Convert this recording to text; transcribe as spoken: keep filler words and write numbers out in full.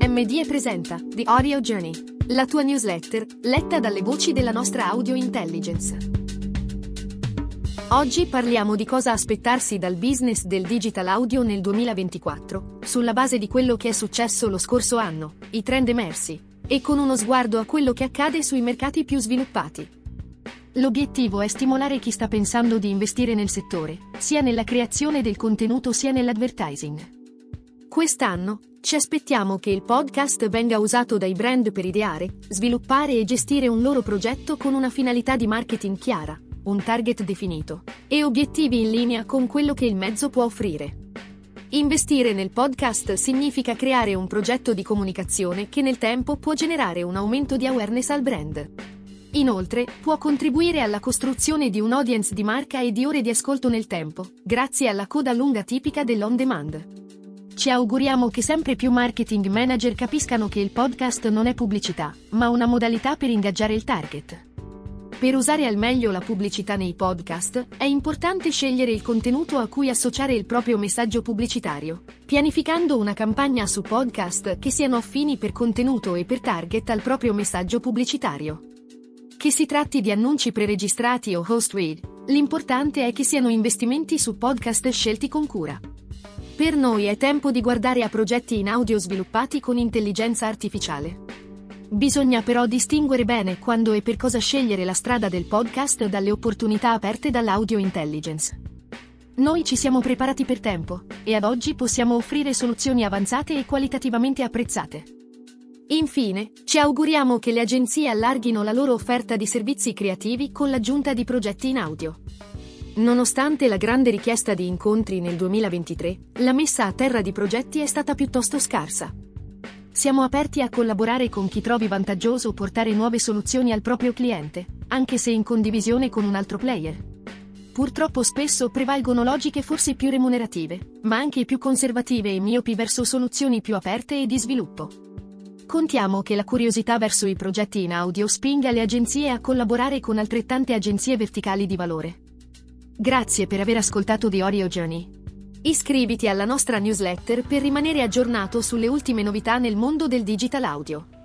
M D E presenta The Audio Journey, la tua newsletter, letta dalle voci della nostra audio intelligence. Oggi parliamo di cosa aspettarsi dal business del digital audio nel duemilaventiquattro, sulla base di quello che è successo lo scorso anno, i trend emersi, e con uno sguardo a quello che accade sui mercati più sviluppati. L'obiettivo è stimolare chi sta pensando di investire nel settore, sia nella creazione del contenuto sia nell'advertising. Quest'anno, ci aspettiamo che il podcast venga usato dai brand per ideare, sviluppare e gestire un loro progetto con una finalità di marketing chiara, un target definito, e obiettivi in linea con quello che il mezzo può offrire. Investire nel podcast significa creare un progetto di comunicazione che nel tempo può generare un aumento di awareness al brand. Inoltre, può contribuire alla costruzione di un'audience di marca e di ore di ascolto nel tempo, grazie alla coda lunga tipica dell'on demand. Ci auguriamo che sempre più marketing manager capiscano che il podcast non è pubblicità, ma una modalità per ingaggiare il target. Per usare al meglio la pubblicità nei podcast, è importante scegliere il contenuto a cui associare il proprio messaggio pubblicitario, pianificando una campagna su podcast che siano affini per contenuto e per target al proprio messaggio pubblicitario. Che si tratti di annunci preregistrati o host read, l'importante è che siano investimenti su podcast scelti con cura. Per noi è tempo di guardare a progetti in audio sviluppati con intelligenza artificiale. Bisogna però distinguere bene quando e per cosa scegliere la strada del podcast dalle opportunità aperte dall'audio intelligence. Noi ci siamo preparati per tempo, e ad oggi possiamo offrire soluzioni avanzate e qualitativamente apprezzate. Infine, ci auguriamo che le agenzie allarghino la loro offerta di servizi creativi con l'aggiunta di progetti in audio. Nonostante la grande richiesta di incontri nel duemilaventitré, la messa a terra di progetti è stata piuttosto scarsa. Siamo aperti a collaborare con chi trovi vantaggioso portare nuove soluzioni al proprio cliente, anche se in condivisione con un altro player. Purtroppo spesso prevalgono logiche forse più remunerative, ma anche più conservative e miopi verso soluzioni più aperte e di sviluppo. Contiamo che la curiosità verso i progetti in audio spinga le agenzie a collaborare con altrettante agenzie verticali di valore. Grazie per aver ascoltato The Audio Journey. Iscriviti alla nostra newsletter per rimanere aggiornato sulle ultime novità nel mondo del digital audio.